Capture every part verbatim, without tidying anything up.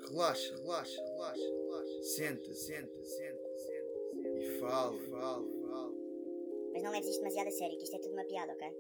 Relaxa, relaxa, relaxa, relaxa. Senta, senta, senta, senta. E fala, fala, fala. Mas não leves isto demasiado a sério, que isto é tudo uma piada, ok?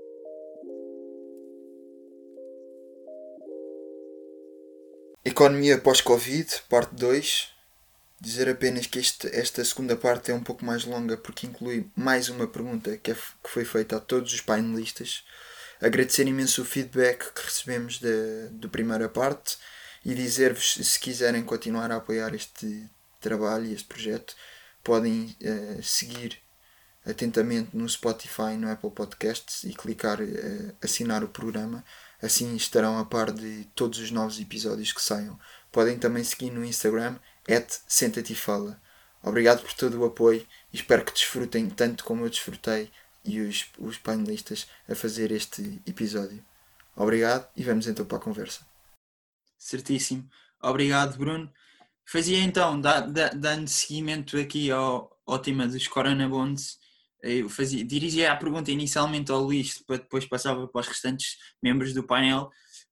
Economia pós-Covid, parte dois. Dizer apenas que este, esta segunda parte é um pouco mais longa porque inclui mais uma pergunta que, é, que foi feita a todos os painelistas. Agradecer imenso o feedback que recebemos da, da primeira parte e dizer-vos, se quiserem continuar a apoiar este trabalho e este projeto, podem uh, seguir atentamente no Spotify, no Apple Podcasts e clicar uh, assinar o programa. Assim estarão a par de todos os novos episódios que saiam. Podem também seguir no Instagram at senta-te e fala. Obrigado por todo o apoio e espero que desfrutem tanto como eu desfrutei e os, os painelistas a fazer este episódio. Obrigado e vamos então para a conversa. Certíssimo. Obrigado, Bruno. Fazia então, da, da, dando seguimento aqui ao, ao tema dos Corona Bonds, eu fazia, dirigia a pergunta inicialmente ao Luís, para depois passava para os restantes membros do painel,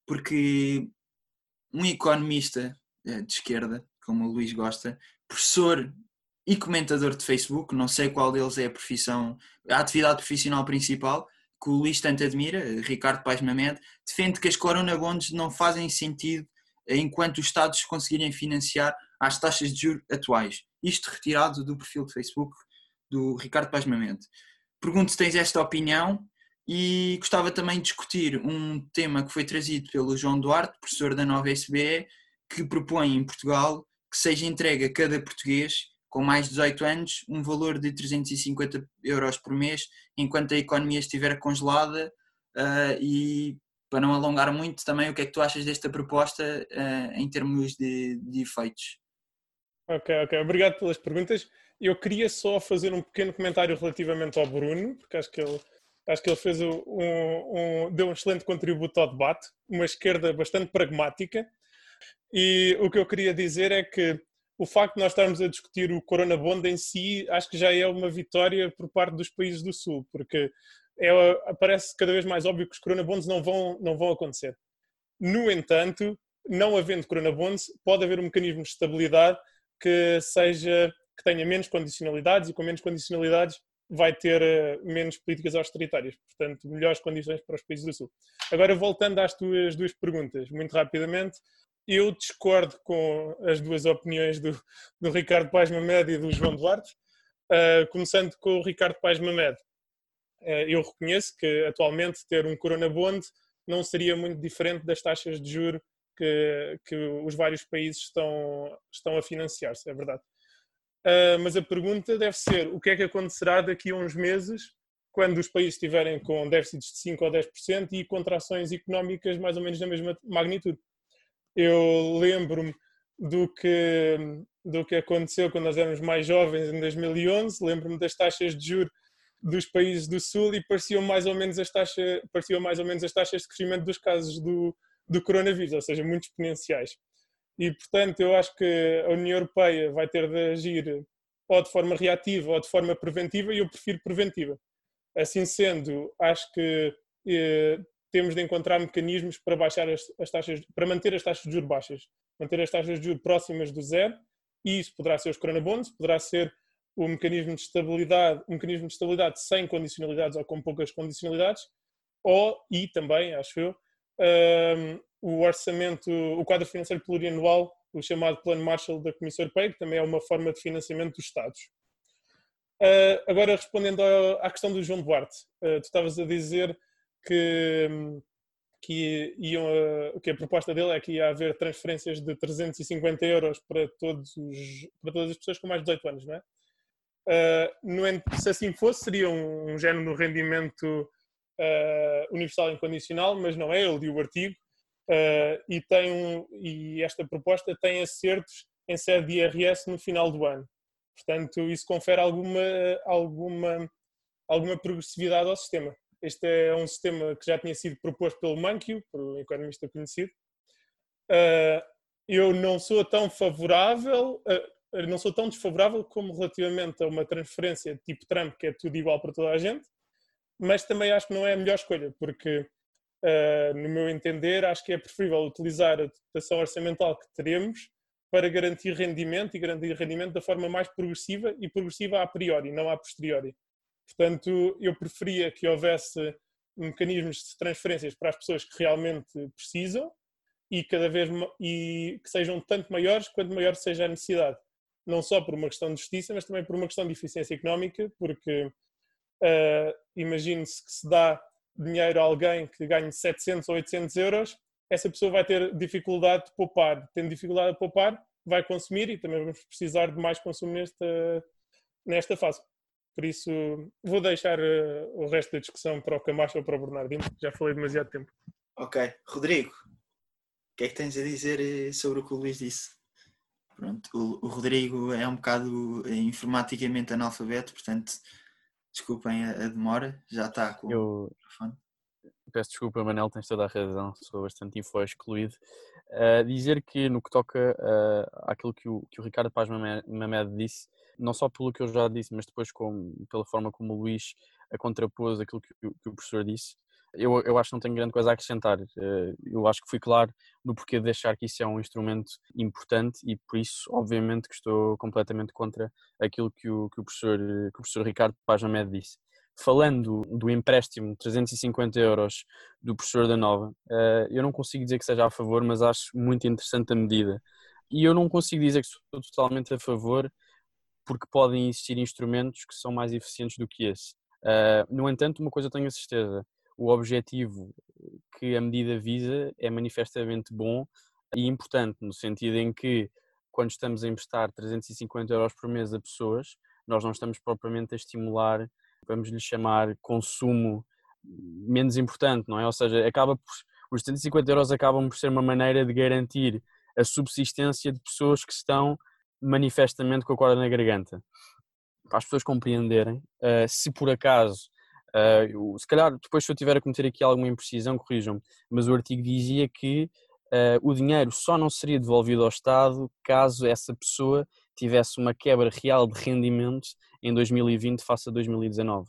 porque um economista de esquerda, como o Luís gosta, professor e comentador de Facebook, não sei qual deles é a profissão, a atividade profissional principal, que o Luís tanto admira, Ricardo Paes Mamed, defende que as Corona Bonds não fazem sentido enquanto os Estados conseguirem financiar às taxas de juros atuais. Isto retirado do perfil de Facebook do Ricardo Paes Mamed. Pergunto se tens esta opinião e gostava também de discutir um tema que foi trazido pelo João Duarte, professor da Nova S B E, que propõe em Portugal que seja entregue a cada português com mais de dezoito anos um valor de trezentos e cinquenta euros por mês, enquanto a economia estiver congelada. Uh, e para não alongar muito também, o que é que tu achas desta proposta uh, em termos de, de efeitos? Ok, ok. Obrigado pelas perguntas. Eu queria só fazer um pequeno comentário relativamente ao Bruno, porque acho que ele, acho que ele fez um, um, deu um excelente contributo ao debate, uma esquerda bastante pragmática. E o que eu queria dizer é que o facto de nós estarmos a discutir o Corona Bond em si, acho que já é uma vitória por parte dos países do Sul, porque é, parece cada vez mais óbvio que os Corona Bonds não vão, não vão acontecer. No entanto, não havendo Corona Bonds, pode haver um mecanismo de estabilidade que seja, que tenha menos condicionalidades, e com menos condicionalidades vai ter uh, menos políticas austeritárias, portanto, melhores condições para os países do Sul. Agora, voltando às tuas duas perguntas, muito rapidamente, eu discordo com as duas opiniões do, do Ricardo Paes Mamed e do João Duarte, uh, começando com o Ricardo Paes Mamed. Uh, eu reconheço que, atualmente, ter um Corona Bond não seria muito diferente das taxas de juros que, que os vários países estão, estão a financiar-se, é verdade. Uh, mas a pergunta deve ser, o que é que acontecerá daqui a uns meses, quando os países estiverem com déficits de cinco ou dez por cento e contrações económicas mais ou menos da mesma magnitude? Eu lembro-me do que, do que aconteceu quando nós éramos mais jovens, em dois mil e onze, lembro-me das taxas de juros dos países do Sul e pareciam mais ou menos as taxas, pareciam mais ou menos as taxas de crescimento dos casos do, do coronavírus, ou seja, muito exponenciais. E, portanto, eu acho que a União Europeia vai ter de agir ou de forma reativa ou de forma preventiva, e eu prefiro preventiva. Assim sendo, acho que eh, temos de encontrar mecanismos para baixar as, as taxas, para manter as taxas de juros baixas, manter as taxas de juros próximas do zero, e isso poderá ser os Corona Bonds, poderá ser o mecanismo de estabilidade, um mecanismo de estabilidade sem condicionalidades ou com poucas condicionalidades, ou, e também, acho eu, um, o orçamento, o quadro financeiro plurianual, o chamado Plano Marshall da Comissão Europeia, que também é uma forma de financiamento dos Estados. Uh, agora, respondendo à, à questão do João Duarte, uh, tu estavas a dizer que, que, iam a, que a proposta dele é que ia haver transferências de trezentos e cinquenta euros para, todos os, para todas as pessoas com mais de dezoito anos, não é? Uh, no, se assim fosse, seria um, um género de rendimento uh, universal incondicional, mas não é. Eu li o artigo uh, e, tem um, e esta proposta tem acertos em sede de I R S no final do ano. Portanto, isso confere alguma, alguma, alguma progressividade ao sistema. Este é um sistema que já tinha sido proposto pelo Mankiw, por um economista conhecido. Uh, eu não sou tão favorável... Uh, não sou tão desfavorável como relativamente a uma transferência tipo Trump, que é tudo igual para toda a gente, mas também acho que não é a melhor escolha, porque uh, no meu entender, acho que é preferível utilizar a dotação orçamental que teremos para garantir rendimento e garantir rendimento da forma mais progressiva e progressiva a priori, não a posteriori. Portanto, eu preferia que houvesse mecanismos de transferências para as pessoas que realmente precisam e cada vez e que sejam tanto maiores quanto maior seja a necessidade. Não só por uma questão de justiça, mas também por uma questão de eficiência económica, porque uh, imagine-se que se dá dinheiro a alguém que ganhe setecentos ou oitocentos euros, essa pessoa vai ter dificuldade de poupar. Tendo dificuldade de poupar, vai consumir e também vamos precisar de mais consumo nesta, nesta fase. Por isso, vou deixar uh, o resto da discussão para o Camacho ou para o Bernardino, já falei demasiado tempo. Ok. Rodrigo, o que é que tens a dizer sobre o que o Luís disse? Pronto, o, o Rodrigo é um bocado informaticamente analfabeto, portanto, desculpem a, a demora, já está com Eu... o microfone. Peço desculpa, Manel, tens toda a razão, sou bastante info excluído. Uh, dizer que no que toca uh, àquilo que o, que o Ricardo Paz Mamed disse, não só pelo que eu já disse, mas depois com, pela forma como o Luís a contrapôs aquilo que, que o professor disse, eu, eu acho que não tenho grande coisa a acrescentar. Uh, eu acho que fui claro no porquê de achar que isso é um instrumento importante e por isso, obviamente, que estou completamente contra aquilo que o, que o, professor, que o professor Ricardo Paz Mamed disse. Falando do empréstimo de trezentos e cinquenta euros do professor da Nova, eu não consigo dizer que seja a favor, mas acho muito interessante a medida. E eu não consigo dizer que sou totalmente a favor, porque podem existir instrumentos que são mais eficientes do que esse. No entanto, uma coisa eu tenho a certeza, o objetivo que a medida visa é manifestamente bom e importante, no sentido em que, quando estamos a emprestar trezentos e cinquenta euros por mês a pessoas, nós não estamos propriamente a estimular, vamos lhe chamar, consumo menos importante, não é? Ou seja, acaba por, os trezentos e cinquenta euros acabam por ser uma maneira de garantir a subsistência de pessoas que estão manifestamente com a corda na garganta. Para as pessoas compreenderem, uh, se por acaso, uh, eu, se calhar depois se eu tiver a cometer aqui alguma imprecisão, corrijam-me, mas o artigo dizia que uh, o dinheiro só não seria devolvido ao Estado caso essa pessoa tivesse uma quebra real de rendimentos em dois mil e vinte face a dois mil e dezanove.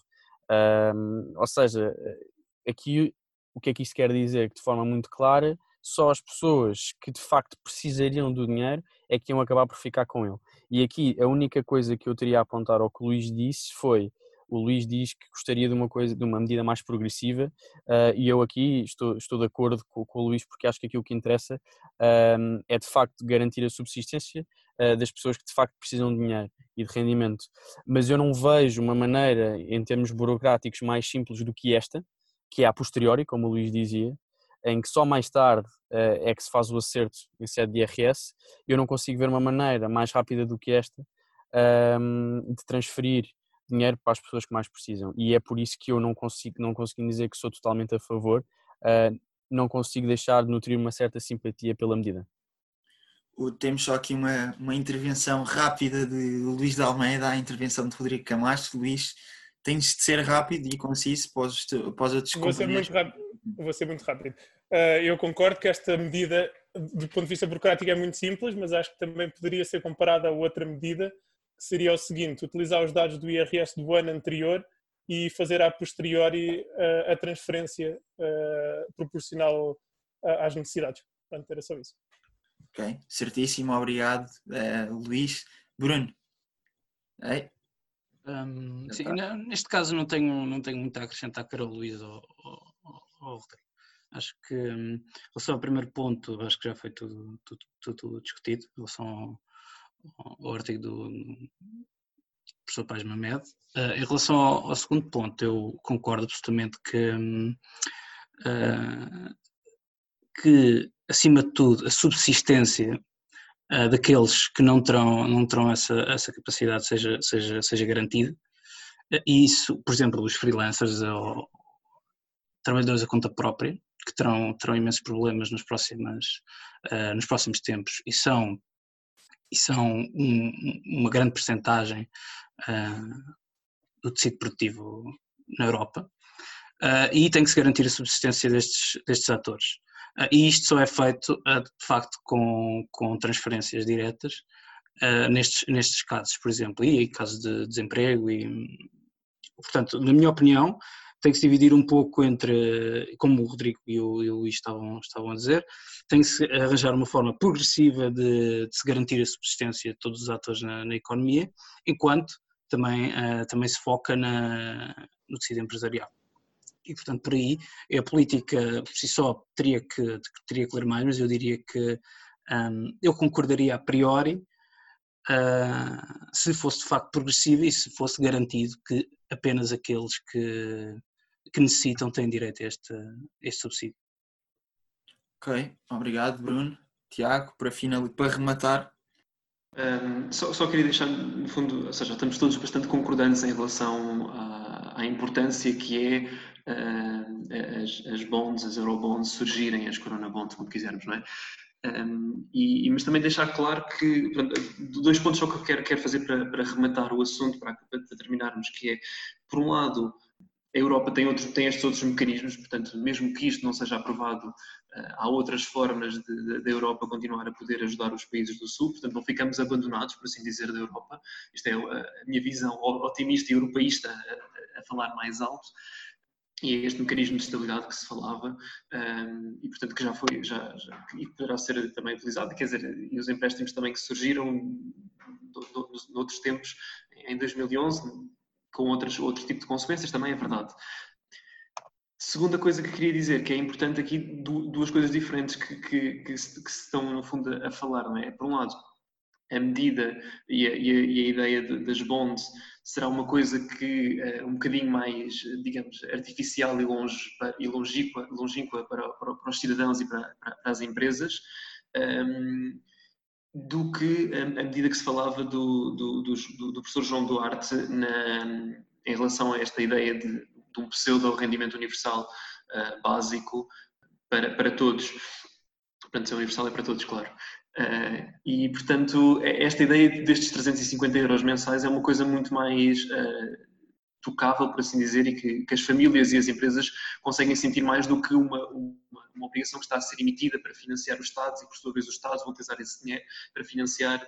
Um, ou seja, aqui o que é que isto quer dizer? Que de forma muito clara, só as pessoas que de facto precisariam do dinheiro é que iam acabar por ficar com ele. E aqui a única coisa que eu teria a apontar ao que o Luís disse foi, o Luís diz que gostaria de uma, coisa, de uma medida mais progressiva uh, e eu aqui estou, estou de acordo com, com o Luís, porque acho que aquilo que interessa um, é de facto garantir a subsistência uh, das pessoas que de facto precisam de dinheiro e de rendimento. Mas eu não vejo uma maneira, em termos burocráticos, mais simples do que esta, que é a posteriori, como o Luís dizia, em que só mais tarde uh, é que se faz o acerto em sede de I R S. Eu não consigo ver uma maneira mais rápida do que esta um, de transferir dinheiro para as pessoas que mais precisam. E é por isso que eu não consigo, não consigo dizer que sou totalmente a favor, uh, não consigo deixar de nutrir uma certa simpatia pela medida. Temos só aqui uma, uma intervenção rápida de Luís de Almeida à intervenção de Rodrigo Camacho. Luís, tens de ser rápido e conciso para os, para os outros Vou ser muito rápido. Vou ser muito rápido. Uh, eu concordo que esta medida, do ponto de vista burocrático, é muito simples, mas acho que também poderia ser comparada a outra medida, que seria o seguinte: utilizar os dados do I R S do ano anterior e fazer a posteriori uh, a transferência uh, proporcional uh, às necessidades. Portanto, era só isso. Ok, certíssimo, obrigado, uh, Luís. Bruno? Ei? Um, sim, não, neste caso não tenho, não tenho muito a acrescentar para o Luís ou ao Rodrigo. Acho que, em relação ao primeiro ponto, acho que já foi tudo, tudo, tudo discutido, em relação ao, ao artigo do professor Paz Mamed. Uh, em relação ao, ao segundo ponto, eu concordo absolutamente que, uh, que, acima de tudo, a subsistência uh, daqueles que não terão, não terão essa, essa capacidade seja, seja, seja garantida. Uh, e isso, por exemplo, os freelancers ou trabalhadores a conta própria, que terão, terão imensos problemas nos, próximas, uh, nos próximos tempos e são, e são um, uma grande percentagem uh, do tecido produtivo na Europa, uh, e tem que se garantir a subsistência destes, destes atores. Uh, e isto só é feito, uh, de facto, com, com transferências diretas, uh, nestes, nestes casos, por exemplo, e em casos de desemprego. E, portanto, na minha opinião, tem que se dividir um pouco entre, como o Rodrigo e o, e o Luís estavam, estavam a dizer, tem que se arranjar uma forma progressiva de, de se garantir a subsistência de todos os atores na, na economia, enquanto também, uh, também se foca na, no tecido empresarial. E, portanto, por aí, a política por si só teria que, teria que ler mais, mas eu diria que um, eu concordaria a priori uh, se fosse de facto progressivo e se fosse garantido que apenas aqueles que, que necessitam têm direito a este, a este subsídio. Ok, obrigado Bruno. Tiago, para, final, para rematar. Um, só, só queria deixar, no fundo, ou seja, estamos todos bastante concordantes em relação à, à importância que é uh, as, as bonds, as eurobonds surgirem, as corona bonds, como quisermos, não é? Um, e, mas também deixar claro que, portanto, dois pontos só que eu quero, quero fazer para, para rematar o assunto, para, para terminarmos, que é, por um lado, a Europa tem, outro, tem estes outros mecanismos, portanto, mesmo que isto não seja aprovado, há outras formas da Europa continuar a poder ajudar os países do Sul, portanto, não ficamos abandonados, por assim dizer, da Europa. Isto é a minha visão otimista e europeísta a, a falar mais alto. E é este mecanismo de estabilidade que se falava um, e, portanto, que já foi, já, já, e poderá ser também utilizado, quer dizer, e os empréstimos também que surgiram noutros tempos, em dois mil e onze, com outros, outro tipo de consequências, também é verdade. Segunda coisa que queria dizer, que é importante aqui, duas coisas diferentes que, que, que, se, que se estão, no fundo, a falar, não é? Por um lado, a medida e a, e a, e a ideia de, das bonds será uma coisa que é um bocadinho mais, digamos, artificial e, longe, e longínqua, longínqua para, para, para os cidadãos e para, para as empresas, um, do que a, a medida que se falava do, do, do, do professor João Duarte na, em relação a esta ideia de, de um pseudo-rendimento universal uh, básico para, para todos. Portanto, ser universal é para todos, claro. Uh, e, portanto, esta ideia destes trezentos e cinquenta euros mensais é uma coisa muito mais uh, tocável, por assim dizer, e que, que as famílias e as empresas conseguem sentir mais do que uma, uma, uma obrigação que está a ser emitida para financiar os Estados e, por sua vez, os Estados vão utilizar esse dinheiro para financiar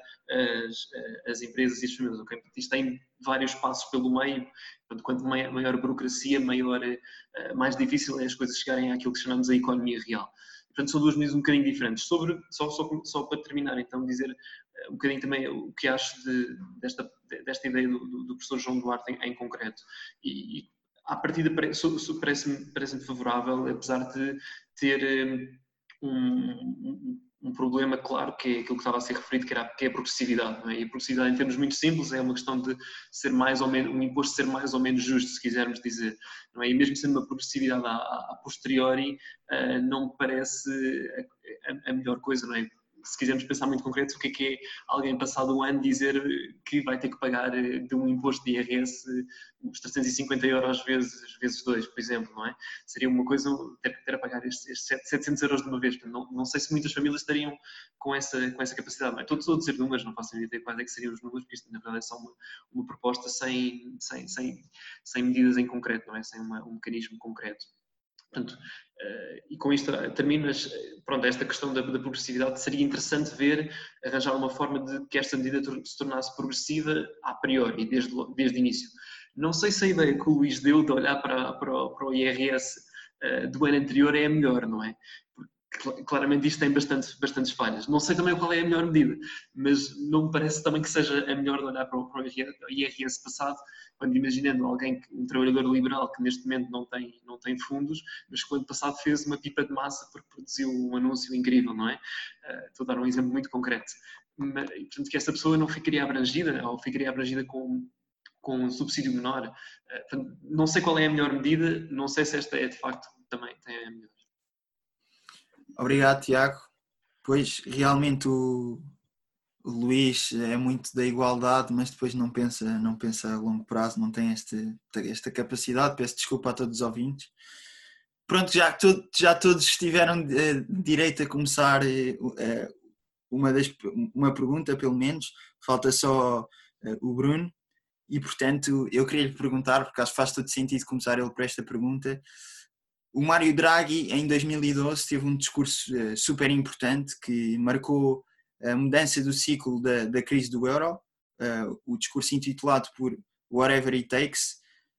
as, as empresas e as famílias. Okay? Isto tem vários passos pelo meio, portanto, quanto maior, maior a burocracia, maior, uh, mais difícil é as coisas chegarem àquilo que chamamos a economia real. Portanto, são duas medidas um bocadinho diferentes. Sobre, só, só, só para terminar, então, dizer um bocadinho também o que acho de, desta, desta ideia do, do, do professor João Duarte em, em concreto. E, e à partida parece-me parece favorável, apesar de ter um, um, um problema claro, que é aquilo que estava a ser referido, que, era, que é a progressividade. Não é? E a progressividade, em termos muito simples, é uma questão de ser mais ou menos, um imposto ser mais ou menos justo, se quisermos dizer. Não é? E mesmo sendo uma progressividade a, a posteriori, uh, não me parece a, a, a melhor coisa, não é? Se quisermos pensar muito concreto, o que é que é alguém passado um ano dizer que vai ter que pagar de um imposto de I R S os trezentos e cinquenta euros vezes, vezes dois, por exemplo, não é? Seria uma coisa ter, ter a pagar estes, estes setecentos euros de uma vez. Não, não sei se muitas famílias estariam com essa, com essa capacidade. Não é? Estou, estou a dizer números, não faço ideia quais é que seriam os números, porque isto na verdade é só uma, uma proposta sem, sem, sem, sem medidas em concreto, não é? Sem uma, um mecanismo concreto. Portanto, uh, e com isto termino, mas pronto, esta questão da, da progressividade seria interessante ver, arranjar uma forma de que esta medida se tornasse progressiva a priori, desde, desde o início. Não sei se a ideia que o Luís deu de olhar para, para, o, para o I R S uh, do ano anterior é a melhor, não é? Porque claramente isto tem bastante, bastantes falhas. Não sei também qual é a melhor medida, mas não me parece também que seja a melhor de olhar para o, para o I R S passado, quando imaginando alguém, um trabalhador liberal que neste momento não tem, não tem fundos, mas que o ano passado fez uma pipa de massa porque produziu um anúncio incrível, não é? Uh, estou a dar um exemplo muito concreto. Mas, portanto, que essa pessoa não ficaria abrangida, ou ficaria abrangida com, com um subsídio menor. Uh, portanto, não sei qual é a melhor medida, não sei se esta é de facto também tem a melhor. Obrigado, Tiago. Pois, realmente o, o Luís é muito da igualdade, mas depois não pensa, não pensa a longo prazo, não tem este, esta capacidade. Peço desculpa a todos os ouvintes. Pronto, já, todo, já todos tiveram uh, direito a começar uh, uma, das, uma pergunta, pelo menos. Falta só uh, o Bruno. E, portanto, eu queria lhe perguntar, porque acho que faz todo sentido começar ele por esta pergunta. O Mário Draghi, em dois mil e doze, teve um discurso uh, super importante que marcou a mudança do ciclo da, da crise do euro, uh, o discurso intitulado por Whatever It Takes,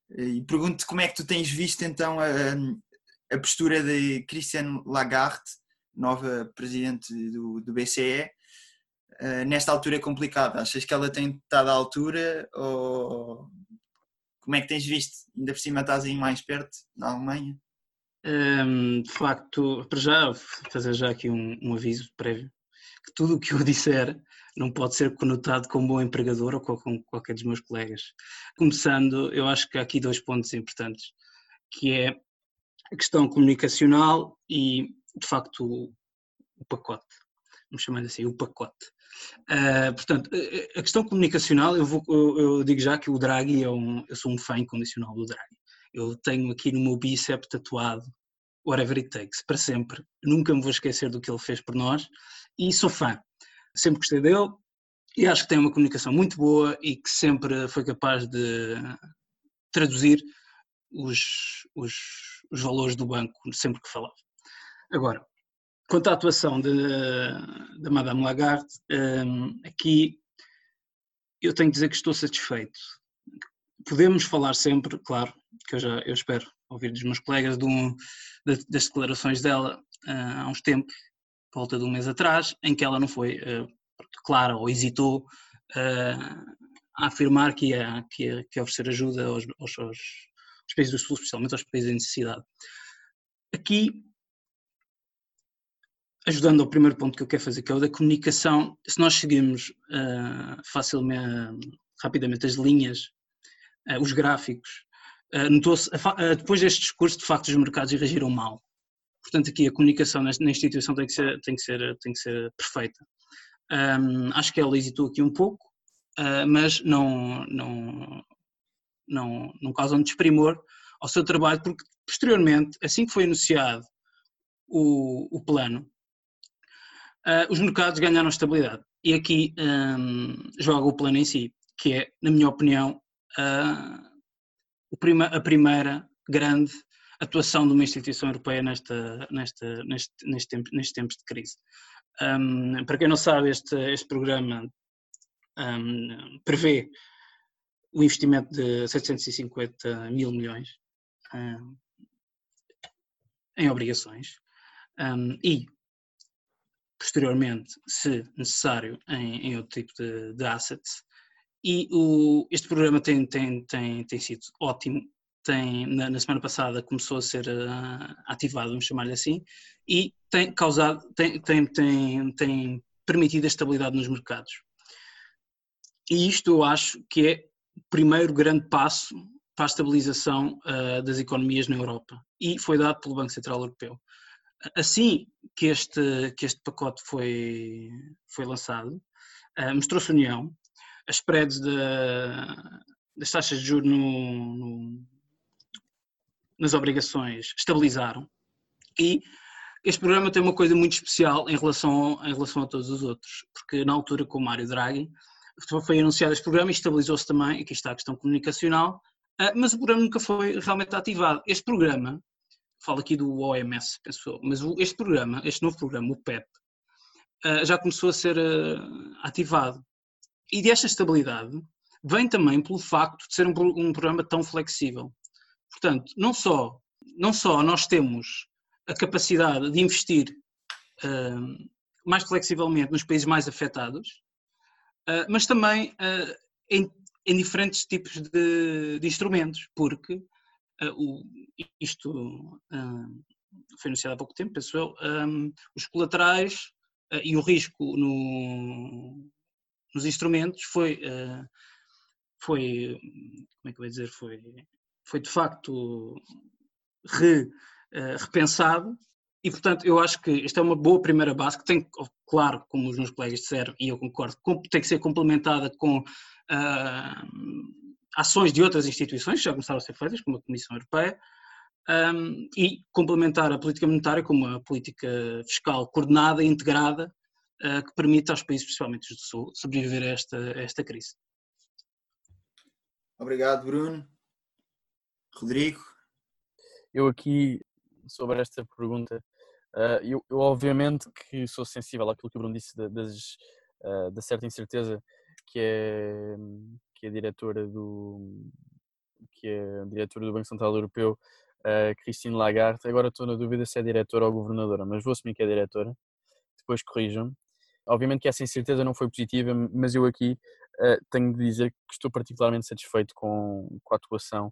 E pergunto-te como é que tu tens visto então a, a postura de Christine Lagarde, nova presidente do, do B C E, nesta altura complicada. Achas que ela tem estado à altura ou como é que tens visto? Ainda por cima estás aí mais perto, na Alemanha? Um, de facto, para já, fazer já aqui um, um aviso prévio, que tudo o que eu disser não pode ser conotado como bom empregador ou com qualquer dos meus colegas. Começando, eu acho que há aqui dois pontos importantes, que é a questão comunicacional e, de facto, o, o pacote. Vamos chamar assim, o pacote. Uh, portanto, a questão comunicacional, eu, vou, eu, eu digo já que o Draghi é um, eu sou um fã incondicional do Draghi. Eu tenho aqui no meu bíceps tatuado whatever it takes, para sempre. Nunca me vou esquecer do que ele fez por nós e sou fã. Sempre gostei dele e acho que tem uma comunicação muito boa e que sempre foi capaz de traduzir os, os, os valores do banco sempre que falava. Agora, quanto à atuação da Madame Lagarde, um, aqui eu tenho que dizer que estou satisfeito. Podemos falar sempre, claro, que eu já eu espero ouvir dos meus colegas de um, de, das declarações dela uh, há uns tempos, por volta de um mês atrás, em que ela não foi uh, clara ou hesitou uh, a afirmar que ia, que, ia, que ia oferecer ajuda aos, aos, aos, aos países do Sul, especialmente aos países em necessidade. Aqui, ajudando ao primeiro ponto que eu quero fazer, que é o da comunicação, se nós seguirmos uh, facilmente, rapidamente as linhas, uh, os gráficos, uh, notou-se, uh, depois deste discurso, de facto, os mercados reagiram mal. Portanto, aqui a comunicação na, na instituição tem que ser, tem que ser, tem que ser perfeita. Um, acho que ela hesitou aqui um pouco, uh, mas não, não, não, não causa um desprimor ao seu trabalho, porque posteriormente, assim que foi anunciado o, o plano, Uh, os mercados ganharam estabilidade. E aqui um, joga o plano em si, que é, na minha opinião, uh, o prima, a primeira grande atuação de uma instituição europeia nesta, nesta, neste, neste tempo, nestes tempos de crise. Um, para quem não sabe, este, este programa um, prevê o investimento de setecentos e cinquenta mil milhões um, em obrigações um, e posteriormente, se necessário, em, em outro tipo de, de assets. E o, este programa tem, tem, tem, tem sido ótimo. Tem, na, na semana passada começou a ser uh, ativado, vamos chamar-lhe assim, e tem causado, tem, tem, tem, tem permitido a estabilidade nos mercados. E isto eu acho que é o primeiro grande passo para a estabilização uh, das economias na Europa. E foi dado pelo Banco Central Europeu. Assim que este, que este pacote foi, foi lançado, uh, mostrou-se união, as spreads de, das taxas de juros no, no, nas obrigações estabilizaram e este programa tem uma coisa muito especial em relação, em relação a todos os outros, porque na altura com o Mário Draghi foi anunciado este programa e estabilizou-se também, aqui está a questão comunicacional, uh, mas o programa nunca foi realmente ativado. Este programa, falo aqui do O M S, penso, mas este programa, este novo programa, o P E P, já começou a ser ativado. E desta estabilidade vem também pelo facto de ser um, um programa tão flexível. Portanto, não só, não só nós temos a capacidade de investir uh, mais flexivelmente nos países mais afetados, uh, mas também uh, em, em diferentes tipos de, de instrumentos, porque Uh, o, isto uh, foi anunciado há pouco tempo, penso eu, um, os colaterais uh, e o risco no, nos instrumentos foi, uh, foi, como é que eu vou dizer, foi, foi de facto re, uh, repensado e, portanto, eu acho que esta é uma boa primeira base que tem, claro, como os meus colegas disseram, e eu concordo, tem que ser complementada com uh, ações de outras instituições que já começaram a ser feitas, como a Comissão Europeia, um, e complementar a política monetária com uma política fiscal coordenada e integrada uh, que permita aos países, principalmente do Sul, sobreviver a esta, a esta crise. Obrigado, Bruno. Rodrigo? Eu aqui, sobre esta pergunta, uh, eu, eu obviamente que sou sensível àquilo que o Bruno disse da, das, uh, da certa incerteza que é, que é a diretora do, que é a diretora do Banco Central Europeu, uh, Christine Lagarde. Agora estou na dúvida se é diretora ou governadora, mas vou assumir que é diretora, depois corrijam-me. Obviamente que essa incerteza não foi positiva, mas eu aqui uh, tenho de dizer que estou particularmente satisfeito com, com a atuação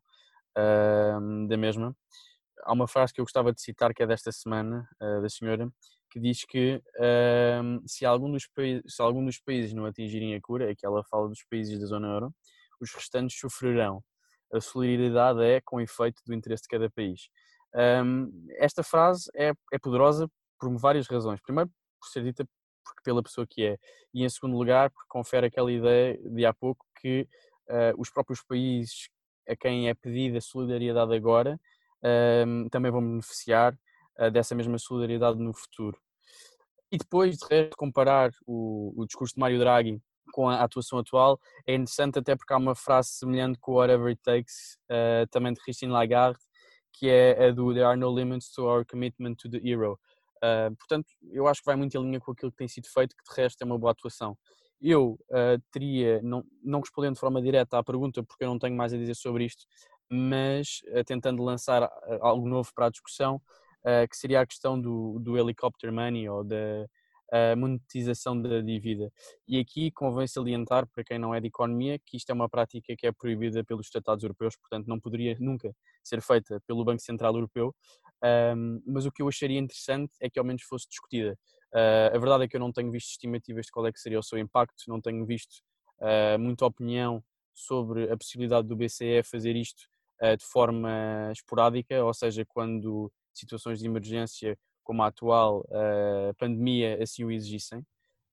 uh, da mesma. Há uma frase que eu gostava de citar, que é desta semana, uh, da senhora, que diz que uh, se, algum dos se algum dos países não atingirem a cura, é que ela fala dos países da zona euro, os restantes sofrerão. A solidariedade é com efeito do interesse de cada país. Um, esta frase é, é poderosa por várias razões. Primeiro, por ser dita porque pela pessoa que é. E em segundo lugar, porque confere aquela ideia de há pouco que uh, os próprios países a quem é pedida solidariedade agora uh, também vão beneficiar uh, dessa mesma solidariedade no futuro. E depois, de resto, comparar o, o discurso de Mário Draghi com a atuação atual é interessante, até porque há uma frase semelhante com Whatever It Takes, uh, também de Christine Lagarde, que é a do There are no limits to our commitment to the euro. Uh, portanto, eu acho que vai muito em linha com aquilo que tem sido feito, que de resto é uma boa atuação. Eu uh, teria, não, não respondendo de forma direta à pergunta, porque eu não tenho mais a dizer sobre isto, mas uh, tentando lançar algo novo para a discussão, uh, que seria a questão do, do helicopter money ou da uh, monetização da dívida. E aqui convém salientar, para quem não é de economia, que isto é uma prática que é proibida pelos tratados europeus, portanto não poderia nunca ser feita pelo Banco Central Europeu. Um, mas o que eu acharia interessante é que ao menos fosse discutida. Uh, a verdade é que eu não tenho visto estimativas de qual é que seria o seu impacto, não tenho visto uh, muita opinião sobre a possibilidade do B C E fazer isto uh, de forma esporádica, ou seja, quando situações de emergência como a atual uh, pandemia assim o exigissem.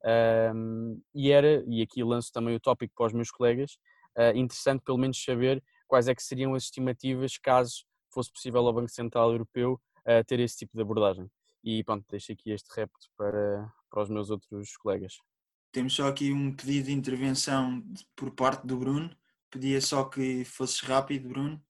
Um, e era, e aqui lanço também o tópico para os meus colegas, uh, interessante pelo menos saber quais é que seriam as estimativas caso fosse possível ao Banco Central Europeu uh, ter esse tipo de abordagem. E pronto, deixo aqui este repto para, para os meus outros colegas. Temos só aqui um pedido de intervenção de, por parte do Bruno. Pedia só que fosses rápido, Bruno.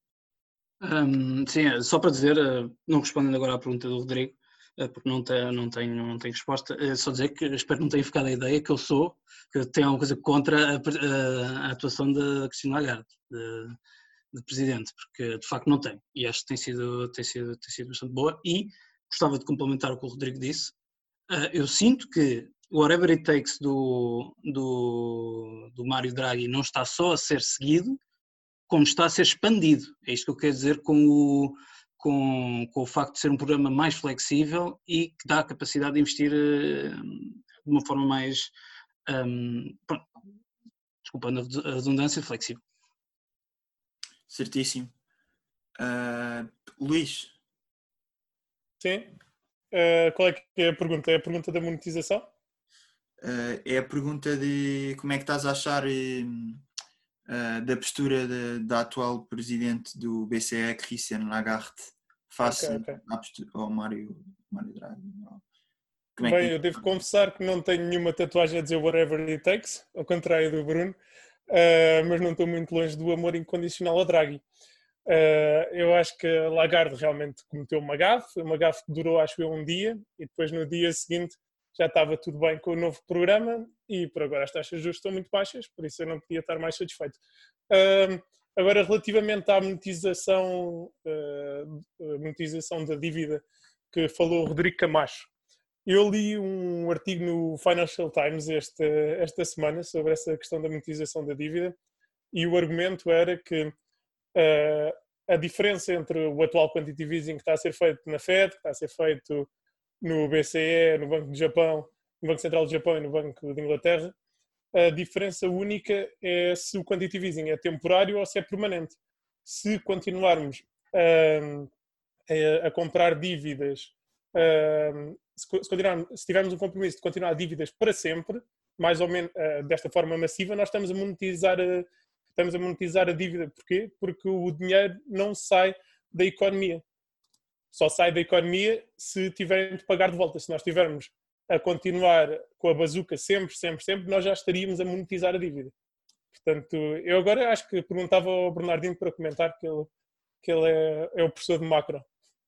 Um, sim, só para dizer, uh, não respondendo agora à pergunta do Rodrigo, uh, porque não, te, não, tenho, não tenho resposta, uh, só dizer que espero que não tenha ficado a ideia que eu sou, que tenho alguma coisa contra a, a, a atuação da Christine Lagarde, de, de presidente, porque de facto não tem, e acho que tem sido, tem sido, tem sido bastante boa. E gostava de complementar o que o Rodrigo disse. Eu sinto que o Whatever It Takes do, do, do Mário Draghi não está só a ser seguido, como está a ser expandido. É isto que eu quero dizer com o, com, com o facto de ser um programa mais flexível e que dá a capacidade de investir de uma forma mais, um, desculpando a redundância, flexível. Certíssimo. Uh, Luís? Sim. Uh, qual é que é a pergunta? É a pergunta da monetização? Uh, é a pergunta de como é que estás a achar uh, da postura de, da atual presidente do B C E, Christine Lagarde, face okay, okay. À postura, ao Mário, Mário Draghi. Como é Bem, que... eu devo confessar que não tenho nenhuma tatuagem a dizer whatever it takes, ao contrário do Bruno. Uh, mas não estou muito longe do amor incondicional a Draghi. Uh, eu acho que a Lagarde realmente cometeu uma gafe, uma gafe que durou acho eu um dia, e depois no dia seguinte já estava tudo bem com o novo programa, e por agora as taxas de juros estão muito baixas, por isso eu não podia estar mais satisfeito. Uh, agora, relativamente à monetização, uh, monetização da dívida que falou o Rodrigo Camacho, eu li um artigo no Financial Times esta, esta semana sobre essa questão da monetização da dívida, e o argumento era que uh, a diferença entre o atual quantitative easing que está a ser feito na Fed, que está a ser feito no B C E, no Banco do Japão, no Banco Central do Japão e no Banco de Inglaterra, a diferença única é se o quantitative easing é temporário ou se é permanente. Se continuarmos uh, a, a comprar dívidas, uh, Se, se tivermos um compromisso de continuar dívidas para sempre, mais ou menos uh, desta forma massiva, nós estamos a monetizar a, estamos a monetizar a dívida. Porquê? Porque o dinheiro não sai da economia. Só sai da economia se tiverem de pagar de volta. Se nós estivermos a continuar com a bazuca sempre, sempre, sempre, nós já estaríamos a monetizar a dívida. Portanto, eu agora acho que perguntava ao Bernardino para comentar que ele, que ele é, é o professor de macro.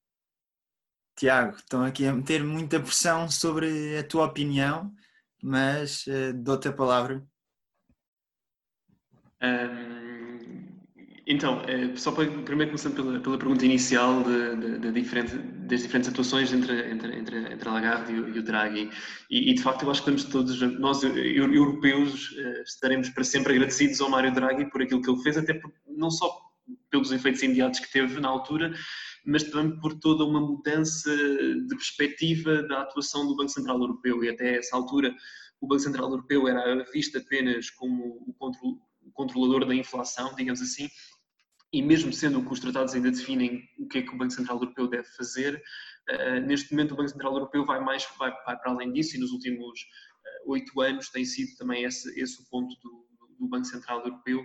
Tiago, estão aqui a meter muita pressão sobre a tua opinião, mas uh, dou-te a palavra. Um, Então, eh, só para, primeiro começando pela, pela pergunta inicial de, de, de diferente, das diferentes atuações entre, entre, entre, entre a Lagarde e o, e o Draghi. E, e, de facto eu acho que estamos todos, nós europeus, eh, estaremos para sempre agradecidos ao Mário Draghi por aquilo que ele fez, até por, não só pelos efeitos imediatos que teve na altura, mas também por toda uma mudança de perspectiva da atuação do Banco Central Europeu. E até essa altura o Banco Central Europeu era visto apenas como o controle o controlador da inflação, digamos assim, e mesmo sendo que os tratados ainda definem o que é que o Banco Central Europeu deve fazer, uh, neste momento o Banco Central Europeu vai mais vai, vai para além disso, e nos últimos oito uh, anos tem sido também esse, esse o ponto do, do Banco Central Europeu,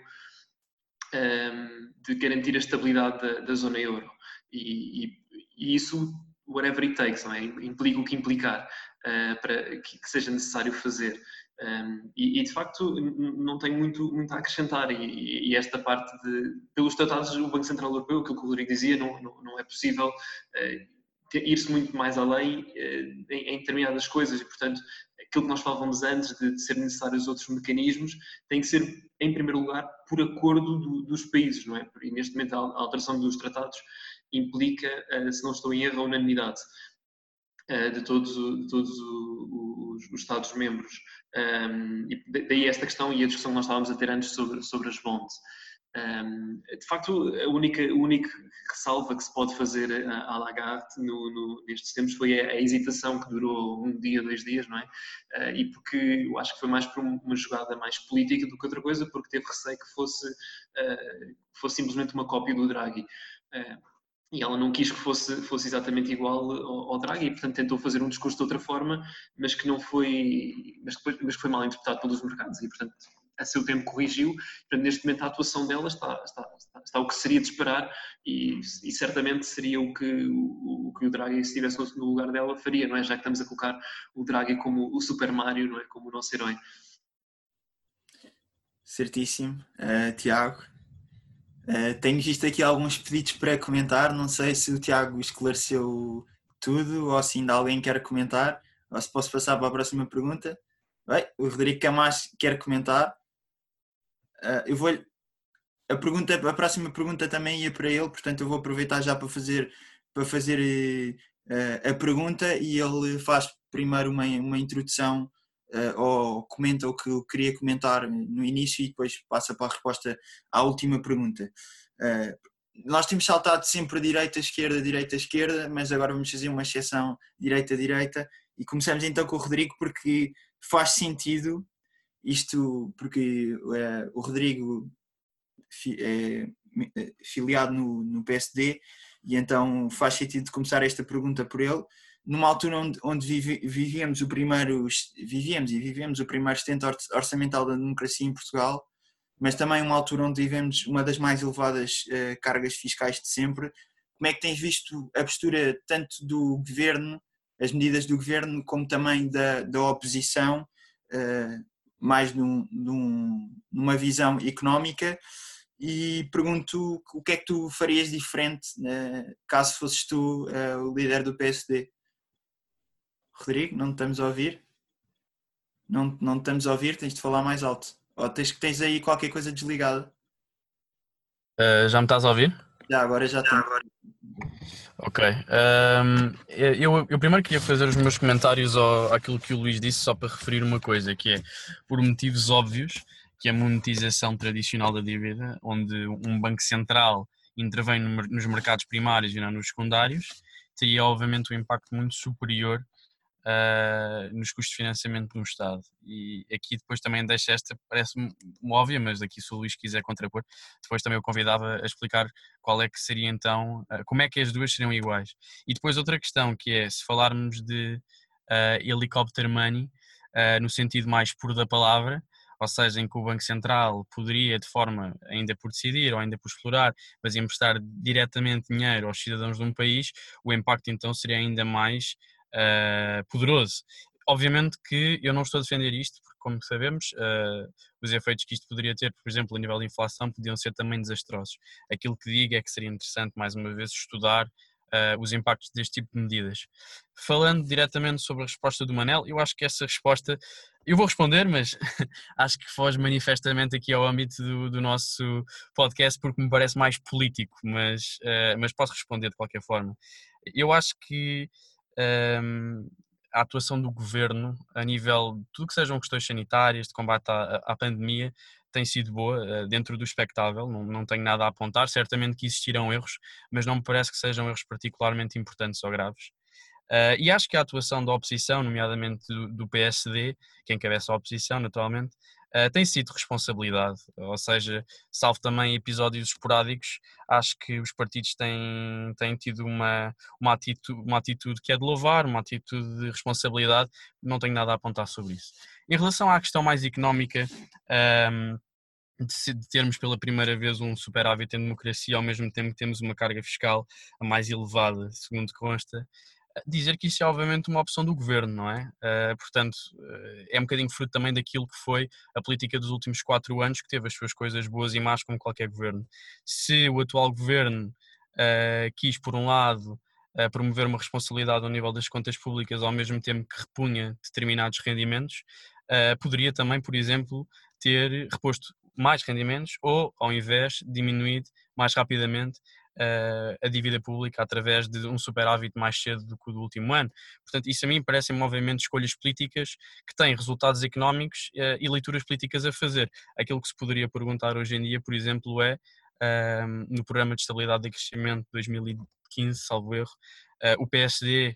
um, de garantir a estabilidade da, da zona euro. E, e, e isso, whatever it takes, não é? Implica o que implicar, uh, para que, que seja necessário fazer. Um, e, e de facto não tenho muito, muito a acrescentar, e, e esta parte de, pelos tratados do Banco Central Europeu, aquilo que o Rodrigo dizia, não, não, não é possível uh, ir-se muito mais além uh, em, em determinadas coisas, e portanto aquilo que nós falávamos antes de, de ser necessários outros mecanismos tem que ser em primeiro lugar por acordo do, dos países, não é? E neste momento a alteração dos tratados implica, uh, se não estou em erro, a unanimidade de todos, de todos os, os Estados-membros. Um, e daí esta questão e a discussão que nós estávamos a ter antes sobre, sobre as bonds. Um, de facto, a única, a única ressalva que se pode fazer à Lagarde no, no, nestes tempos foi a, a hesitação que durou um dia, dois dias, não é? Uh, e porque eu acho que foi mais por uma jogada mais política do que outra coisa, porque teve receio que fosse, uh, fosse simplesmente uma cópia do Draghi. Uh, E ela não quis que fosse, fosse exatamente igual ao, ao Draghi, e portanto tentou fazer um discurso de outra forma, mas que não foi, mas que, mas que foi mal interpretado pelos mercados, e portanto a seu tempo corrigiu. Portanto, neste momento a atuação dela está, está, está, está o que seria de esperar, e, e certamente seria o que o, o que o Draghi, se estivesse no lugar dela, faria, não é? Já que estamos a colocar o Draghi como o Super Mario, não é? Como o nosso herói. Certíssimo. Uh, Tiago, Uh, tenho visto aqui alguns pedidos para comentar, não sei se o Tiago esclareceu tudo ou se ainda alguém quer comentar, ou se posso passar para a próxima pergunta. Bem, o Rodrigo Camacho quer comentar. Uh, eu vou a, pergunta, a próxima pergunta também ia para ele, portanto eu vou aproveitar já para fazer, para fazer uh, a pergunta, e ele faz primeiro uma, uma introdução uh, ou comenta o que eu queria comentar no início e depois passa para a resposta à última pergunta. Uh, nós temos saltado sempre direita, esquerda, direita, esquerda, mas agora vamos fazer uma exceção direita, direita, e começamos então com o Rodrigo, porque faz sentido isto, porque uh, o Rodrigo é filiado no, no P S D, e então faz sentido começar esta pergunta por ele, numa altura onde, onde vive, vivíamos o primeiro vivíamos e vivemos o primeiro sustento orçamental da democracia em Portugal, mas também uma altura onde vivemos uma das mais elevadas uh, cargas fiscais de sempre. Como é que tens visto a postura tanto do governo, as medidas do governo, como também da, da oposição, uh, mais num, num, numa visão económica? E pergunto o que é que tu farias diferente, uh, caso fosses tu uh, o líder do P S D? Rodrigo, não te estamos a ouvir? Não, não te estamos a ouvir, tens de falar mais alto. Ou tens, tens aí qualquer coisa desligada? Uh, já me estás a ouvir? Já, agora já estou. Ok. Um, eu, eu primeiro queria fazer os meus comentários ao, àquilo que o Luís disse, só para referir uma coisa, que é, por motivos óbvios, que é a monetização tradicional da dívida, onde um banco central intervém no, nos mercados primários e não nos secundários, teria obviamente um impacto muito superior uh, nos custos de financiamento de um Estado. E aqui depois também deixa esta, parece-me óbvia, mas aqui se o Luís quiser contrapor, depois também eu convidava a explicar qual é que seria então, uh, como é que as duas seriam iguais. E depois outra questão, que é, se falarmos de uh, helicopter money, uh, no sentido mais puro da palavra, ou seja, em que o Banco Central poderia, de forma ainda por decidir ou ainda por explorar, mas emprestar diretamente dinheiro aos cidadãos de um país, o impacto então seria ainda mais uh, poderoso. Obviamente que eu não estou a defender isto, porque como sabemos, uh, os efeitos que isto poderia ter, por exemplo, a nível de inflação, podiam ser também desastrosos. Aquilo que digo é que seria interessante, mais uma vez, estudar uh, os impactos deste tipo de medidas. Falando diretamente sobre a resposta do Manel, eu acho que essa resposta, eu vou responder, mas acho que foge manifestamente aqui ao âmbito do, do nosso podcast, porque me parece mais político, mas, uh, mas posso responder de qualquer forma. Eu acho que um, a atuação do governo a nível de tudo que sejam questões sanitárias, de combate à, à pandemia, tem sido boa, dentro do expectável, não, não tenho nada a apontar, certamente que existirão erros, mas não me parece que sejam erros particularmente importantes ou graves. Uh, e acho que a atuação da oposição, nomeadamente do, do P S D, que encabeça a oposição naturalmente, uh, tem sido responsabilidade, ou seja, salvo também episódios esporádicos, acho que os partidos têm, têm tido uma, uma, atitude, uma atitude que é de louvar, uma atitude de responsabilidade, não tenho nada a apontar sobre isso. Em relação à questão mais económica, um, de termos pela primeira vez um superávit em democracia, ao mesmo tempo que temos uma carga fiscal a mais elevada, segundo consta, dizer que isso é obviamente uma opção do governo, não é? Uh, portanto, uh, é um bocadinho fruto também daquilo que foi a política dos últimos quatro anos, que teve as suas coisas boas e más como qualquer governo. Se o atual governo uh, quis, por um lado, uh, promover uma responsabilidade ao nível das contas públicas, ao mesmo tempo que repunha determinados rendimentos, uh, poderia também, por exemplo, ter reposto mais rendimentos ou, ao invés, diminuído mais rapidamente uh, a dívida pública através de um superávit mais cedo do que o do último ano. Portanto, isso a mim parece-me obviamente escolhas políticas que têm resultados económicos uh, e leituras políticas a fazer. Aquilo que se poderia perguntar hoje em dia, por exemplo, é uh, no Programa de Estabilidade e Crescimento de dois mil e quinze, salvo erro, uh, o P S D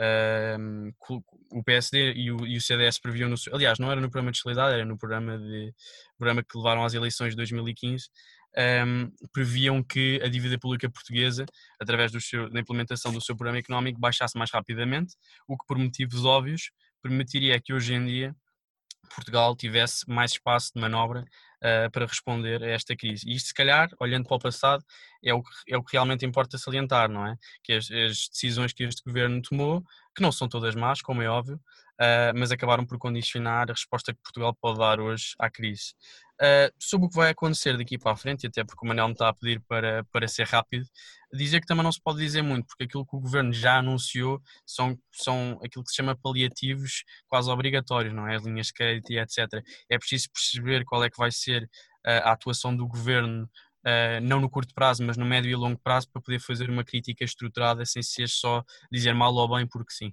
Uh, o P S D e o, e o C D S previam, no, aliás, não era no programa de estabilidade, era no programa, de, programa que levaram às eleições de dois mil e quinze, um, previam que a dívida pública portuguesa, através do seu, da implementação do seu programa económico, baixasse mais rapidamente, o que por motivos óbvios permitiria que hoje em dia Portugal tivesse mais espaço de manobra uh, para responder a esta crise. E isto, se calhar, olhando para o passado, é o que, é o que realmente importa salientar, não é? Que as, as decisões que este governo tomou, que não são todas más, como é óbvio, uh, mas acabaram por condicionar a resposta que Portugal pode dar hoje à crise. Uh, sobre o que vai acontecer daqui para a frente, e até porque o Manel me está a pedir para, para ser rápido, dizer que também não se pode dizer muito, porque aquilo que o governo já anunciou são, são aquilo que se chama paliativos quase obrigatórios, não é? As linhas de crédito e etcétera. É preciso perceber qual é que vai ser uh, a atuação do governo, uh, não no curto prazo, mas no médio e longo prazo, para poder fazer uma crítica estruturada sem ser só dizer mal ou bem porque sim.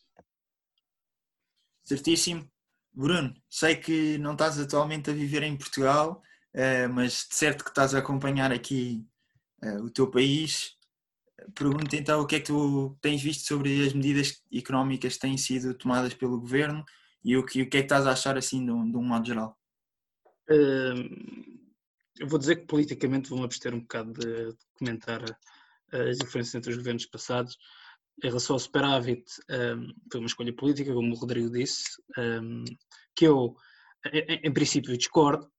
Certíssimo. Bruno, sei que não estás atualmente a viver em Portugal, uh, mas de certo que estás a acompanhar aqui uh, o teu país. Pergunto então o que é que tu tens visto sobre as medidas económicas que têm sido tomadas pelo governo e o que, o que é que estás a achar assim de um, de um modo geral? Uh, eu vou dizer que politicamente vou-me abster um bocado de, de comentar as diferenças entre os governos passados. Em relação ao superávit, um, foi uma escolha política, como o Rodrigo disse, um, que eu, em, em princípio, discordo,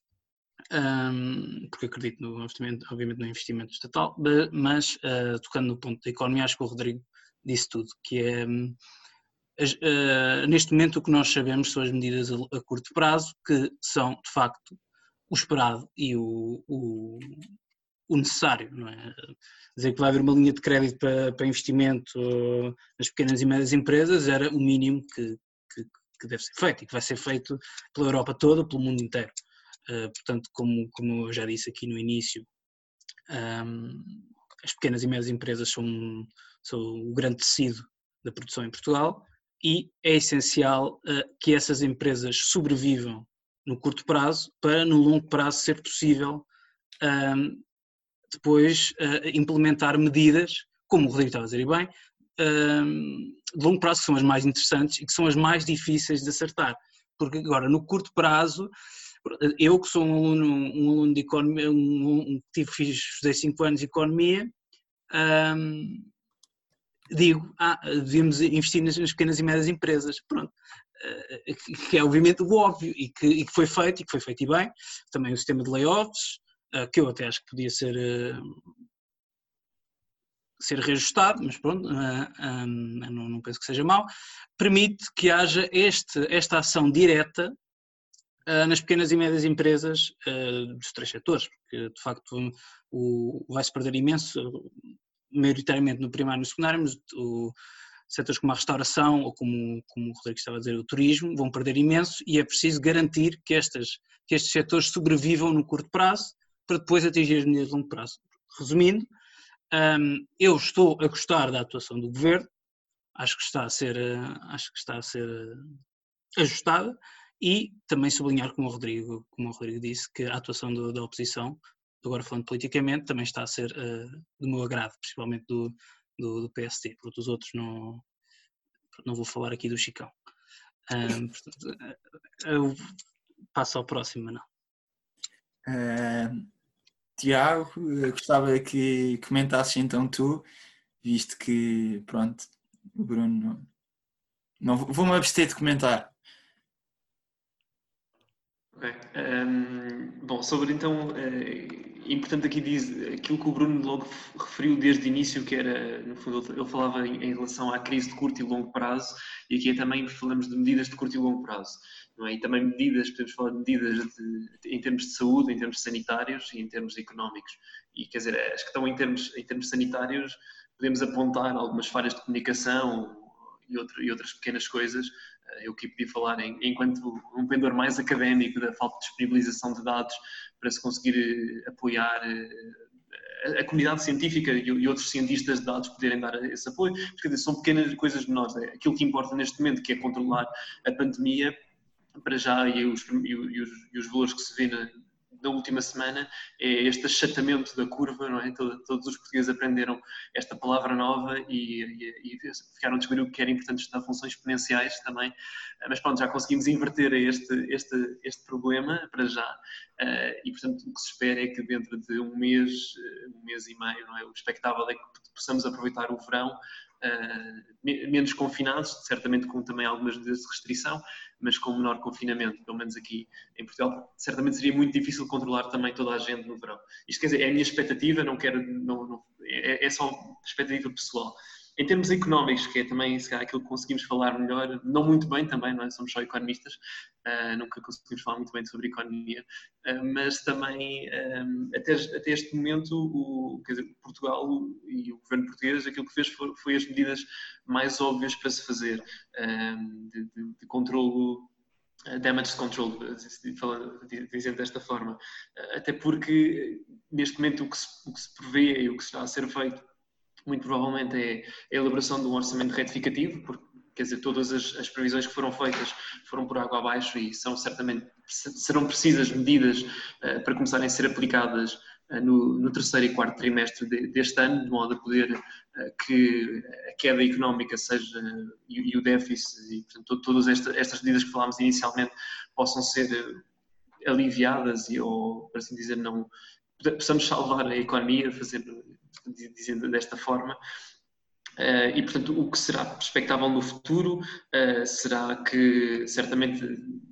um, porque acredito, no, obviamente, no investimento estatal, mas, uh, tocando no ponto da economia, acho que o Rodrigo disse tudo, que é, um, as, uh, neste momento, o que nós sabemos são as medidas a, a curto prazo, que são, de facto, o esperado e o... o o necessário, não é? Dizer que vai haver uma linha de crédito para, para investimento nas pequenas e médias empresas era o mínimo que, que, que deve ser feito e que vai ser feito pela Europa toda, pelo mundo inteiro. Uh, portanto, como, como eu já disse aqui no início, um, as pequenas e médias empresas são, são o grande tecido da produção em Portugal e é essencial uh, que essas empresas sobrevivam no curto prazo para, no longo prazo, ser possível um, depois uh, implementar medidas, como o Rodrigo estava a dizer bem, uh, de longo prazo, que são as mais interessantes e que são as mais difíceis de acertar. Porque agora, no curto prazo, eu que sou um aluno, um aluno de economia, um, um, tive, fiz, estudei cinco anos de economia, um, digo, ah, devíamos investir nas, nas pequenas e médias empresas. Pronto. Uh, que é obviamente o óbvio e que, e que foi feito, e que foi feito e bem. Também o sistema de layoffs, que eu até acho que podia ser, ser reajustado, mas pronto, não, não penso que seja mau, permite que haja este, esta ação direta nas pequenas e médias empresas dos três setores, porque de facto o, vai-se perder imenso maioritariamente no primário e no secundário, mas o, setores como a restauração ou como, como o Rodrigo estava a dizer, o turismo, vão perder imenso e é preciso garantir que, estas, que estes setores sobrevivam no curto prazo para depois atingir as medidas de longo prazo. Resumindo, um, eu estou a gostar da atuação do governo, acho que está a ser, acho que está a ser ajustada e também sublinhar, como o Rodrigo, como o Rodrigo disse, que a atuação do, da oposição, agora falando politicamente, também está a ser uh, do meu agrado, principalmente do, do, do P S T, porque os outros não, não vou falar aqui do Chicão. Um, portanto, eu passo ao próximo, não. Uh, Tiago, eu gostava que comentasses então tu, visto que, pronto, o Bruno, não, vou-me abster de comentar. Ok. Um, bom, sobre então, é importante aqui dizer aquilo que o Bruno logo referiu desde o início, que era, no fundo, ele falava em, em relação à crise de curto e longo prazo, e aqui é também falamos de medidas de curto e longo prazo, não é? E também medidas, podemos falar de medidas de, em termos de saúde, em termos sanitários e em termos económicos. E quer dizer, as que estão em termos, em termos sanitários, podemos apontar algumas falhas de comunicação e, outra, e outras pequenas coisas. Eu aqui podia falar em, enquanto um vendedor mais académico da falta de disponibilização de dados para se conseguir apoiar a, a comunidade científica e, e outros cientistas de dados poderem dar esse apoio, porque dizer, são pequenas coisas menores. É aquilo que importa neste momento, que é controlar a pandemia, para já, e os, e os, e os valores que se vê na, na última semana, é este achatamento da curva, não é? Todos os portugueses aprenderam esta palavra nova e, e, e ficaram a descobrir o que era importante estudar funções exponenciais também, mas pronto, já conseguimos inverter este, este, este problema para já, e portanto o que se espera é que dentro de um mês, um mês e meio, não é? O expectável é que possamos aproveitar o verão Uh, menos confinados, certamente com também algumas medidas de restrição, mas com menor confinamento, pelo menos aqui em Portugal. Certamente seria muito difícil controlar também toda a gente no verão. Isto quer dizer, é a minha expectativa, não quero, não, não, é, é só expectativa pessoal. Em termos económicos, que é também se calhar, aquilo que conseguimos falar melhor, não muito bem também, não é? Somos só economistas, uh, nunca conseguimos falar muito bem sobre economia, uh, mas também, um, até, até este momento, o, quer dizer, Portugal e o governo português, aquilo que fez foi, foi as medidas mais óbvias para se fazer, um, de, de, de controlo, uh, damage control, dizendo desta forma, uh, até porque neste momento o que se, o que se prevê e o que está a ser feito muito provavelmente é a elaboração de um orçamento retificativo, porque, quer dizer, todas as, as previsões que foram feitas foram por água abaixo e são certamente, serão precisas medidas uh, para começarem a ser aplicadas uh, no, no terceiro e quarto trimestre de, deste ano, de modo a poder uh, que a queda económica seja, uh, e, e o déficit, e portanto todas esta, estas medidas que falámos inicialmente possam ser uh, aliviadas e, ou, por assim dizer, não possamos salvar a economia, fazer, dizendo desta forma. Uh, e, portanto, o que será expectável no futuro uh, será que, certamente,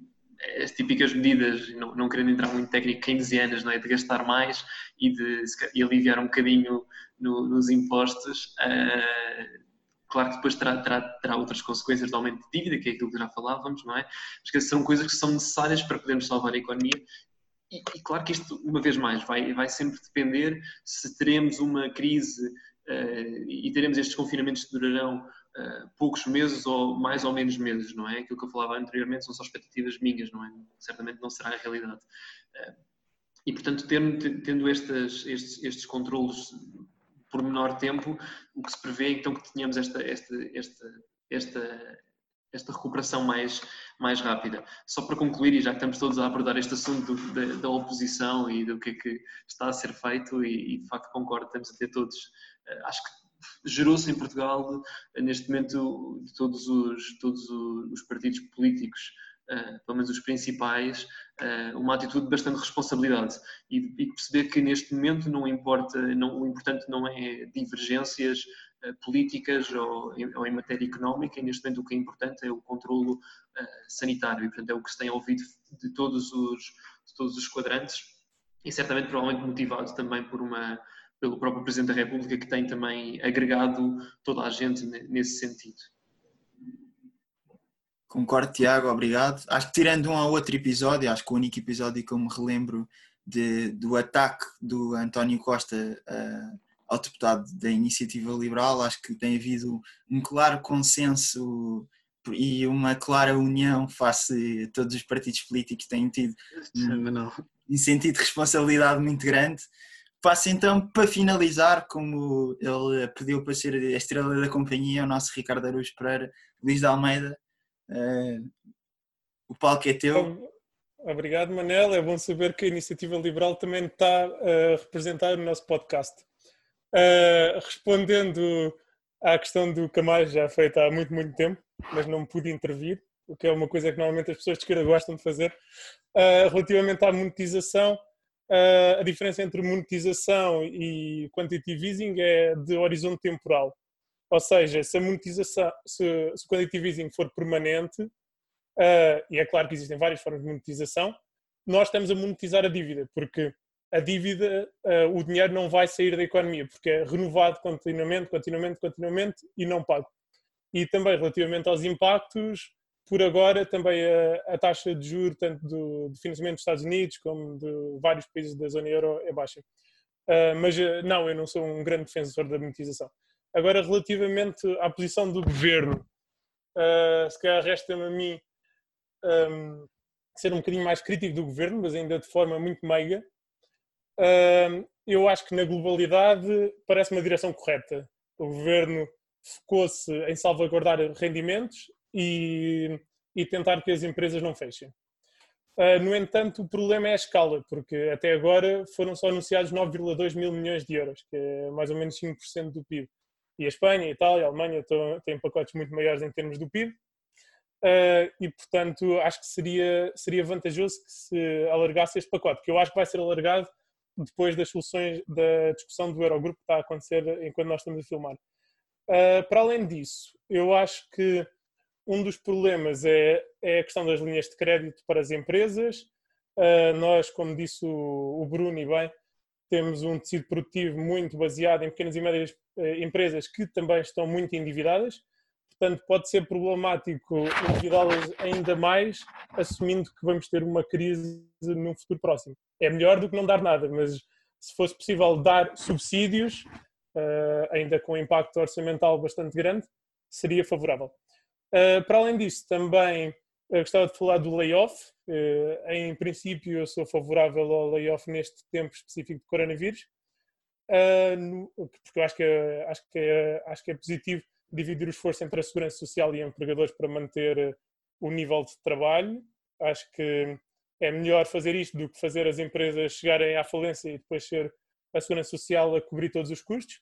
as típicas medidas, não, não querendo entrar muito técnico, keynesianas, não é? De gastar mais e de e aliviar um bocadinho no, nos impostos. Uh, claro que depois terá, terá, terá outras consequências de aumento de dívida, que é aquilo que já falávamos, não é? Mas que são coisas que são necessárias para podermos salvar a economia. E, e claro que isto, uma vez mais, vai, vai sempre depender se teremos uma crise uh, e teremos estes confinamentos que durarão uh, poucos meses ou mais ou menos meses, não é? Aquilo que eu falava anteriormente são só expectativas minhas, não é? Certamente não será a realidade. Uh, e, portanto, tendo, tendo estas, estes, estes controlos por menor tempo, o que se prevê é então que tenhamos esta, esta, esta, esta esta recuperação mais, mais rápida. Só para concluir, e já que estamos todos a abordar este assunto do, da, da oposição e do que é que está a ser feito, e, e de facto concordo, temos a ter todos, uh, acho que gerou-se em Portugal, uh, neste momento, de todos os, todos os partidos políticos, uh, pelo menos os principais, uh, uma atitude de bastante responsabilidade e, e perceber que neste momento não importa, não, o importante não é divergências políticas ou em, ou em matéria económica, e neste momento o que é importante é o controlo uh, sanitário, e portanto é o que se tem ouvido de todos os, de todos os quadrantes, e certamente provavelmente motivado também por uma, pelo próprio Presidente da República, que tem também agregado toda a gente nesse sentido. Concordo, Tiago, obrigado. Acho que tirando um ao outro episódio, acho que o único episódio que eu me relembro de, do ataque do António Costa uh, ao deputado da Iniciativa Liberal. Acho que tem havido um claro consenso e uma clara união face a todos os partidos políticos que têm tido um, um sentido de responsabilidade muito grande. Passo então, para finalizar, como ele pediu para ser a estrela da companhia, o nosso Ricardo Araújo Pereira. Luís de Almeida, uh, o palco é teu. Obrigado, Manel. É bom saber que a Iniciativa Liberal também está a representar o nosso podcast. Uh, respondendo à questão do Camar, já feita há muito, muito tempo, mas não pude intervir, o que é uma coisa que normalmente as pessoas de esquerda gostam de fazer. Uh, relativamente à monetização, uh, a diferença entre monetização e quantitative easing é de horizonte temporal. Ou seja, se a monetização, se, se o quantitative easing for permanente, uh, e é claro que existem várias formas de monetização, nós estamos a monetizar a dívida, porque a dívida, uh, o dinheiro não vai sair da economia, porque é renovado continuamente, continuamente, continuamente e não pago. E também relativamente aos impactos, por agora também a, a taxa de juros, tanto do, do financiamento dos Estados Unidos como de vários países da zona euro, é baixa. Uh, mas uh, não, eu não sou um grande defensor da monetização. Agora, relativamente à posição do governo, uh, se calhar resta-me a mim um, ser um bocadinho mais crítico do governo, mas ainda de forma muito meiga. Uh, eu acho que na globalidade parece uma direção correta. O governo focou-se em salvaguardar rendimentos e, e tentar que as empresas não fechem. Uh, no entanto, o problema é a escala, porque até agora foram só anunciados nove vírgula dois mil milhões de euros, que é mais ou menos cinco por cento do P I B. E a Espanha, a Itália, a Alemanha têm pacotes muito maiores em termos do P I B. Uh, e, portanto, acho que seria, seria vantajoso que se alargasse este pacote, que eu acho que vai ser alargado depois das soluções da discussão do Eurogrupo que está a acontecer enquanto nós estamos a filmar. Uh, para além disso, eu acho que um dos problemas é, é a questão das linhas de crédito para as empresas. Uh, nós, como disse o, o Bruno e bem, temos um tecido produtivo muito baseado em pequenas e médias uh, empresas que também estão muito endividadas. Portanto, pode ser problemático endividá-las ainda mais, assumindo que vamos ter uma crise num futuro próximo. É melhor do que não dar nada, mas se fosse possível dar subsídios, uh, ainda com impacto orçamental bastante grande, seria favorável. Uh, para além disso, também uh, gostava de falar do layoff. Uh, em princípio, eu sou favorável ao layoff neste tempo específico de coronavírus, uh, no, porque eu acho que, é, acho, que é, acho que é positivo dividir o esforço entre a segurança social e empregadores para manter uh, o nível de trabalho. Acho que é melhor fazer isto do que fazer as empresas chegarem à falência e depois ser a segurança social a cobrir todos os custos.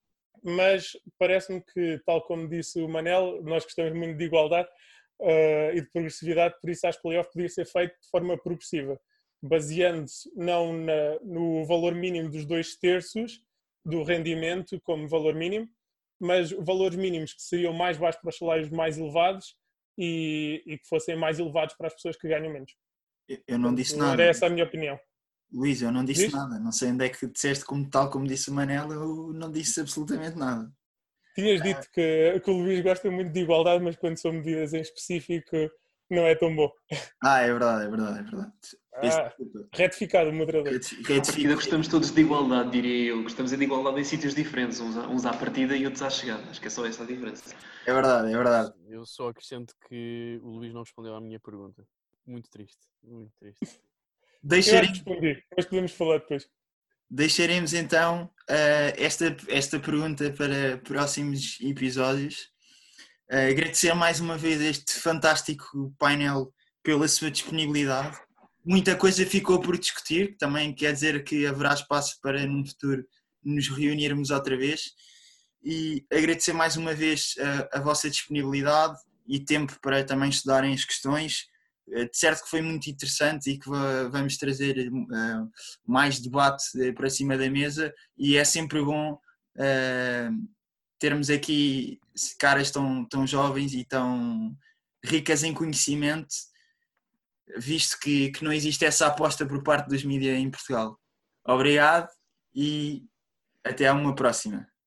Mas parece-me que, tal como disse o Manel, nós gostamos muito de igualdade uh, e de progressividade, por isso acho que o layoff poderia ser feito de forma progressiva, baseando-se não na, no valor mínimo dos dois terços do rendimento como valor mínimo, mas valores mínimos que seriam mais baixos para os salários mais elevados e, e que fossem mais elevados para as pessoas que ganham menos. Eu não disse Portanto, nada. era essa a minha opinião. Luís, eu não disse Diz? nada. Não sei onde é que disseste, como, tal como disse o Manel, eu não disse absolutamente nada. Tinhas dito que, que o Luís gosta muito de igualdade, mas quando são medidas em específico não é tão bom. Ah, é verdade, é verdade, é verdade. Ah, retificado, moderador. À partida gostamos todos de igualdade, diria eu. Gostamos de igualdade em sítios diferentes, uns à, uns à partida e outros à chegada. Acho que é só essa a diferença. É verdade, é verdade. Eu só acrescento que o Luís não respondeu à minha pergunta. Muito triste, muito triste. Eu acho que respondi, mas podemos falar depois. Deixaremos então uh, esta, esta pergunta para próximos episódios. Uh, agradecer mais uma vez este fantástico painel pela sua disponibilidade. Muita coisa ficou por discutir, também quer dizer que haverá espaço para num futuro nos reunirmos outra vez. E agradecer mais uma vez a, a vossa disponibilidade e tempo para também estudarem as questões. De certo que foi muito interessante e que vamos trazer uh, mais debate uh, para cima da mesa, e é sempre bom uh, termos aqui caras tão, tão jovens e tão ricas em conhecimento, visto que, que não existe essa aposta por parte dos mídias em Portugal. Obrigado e até a uma próxima.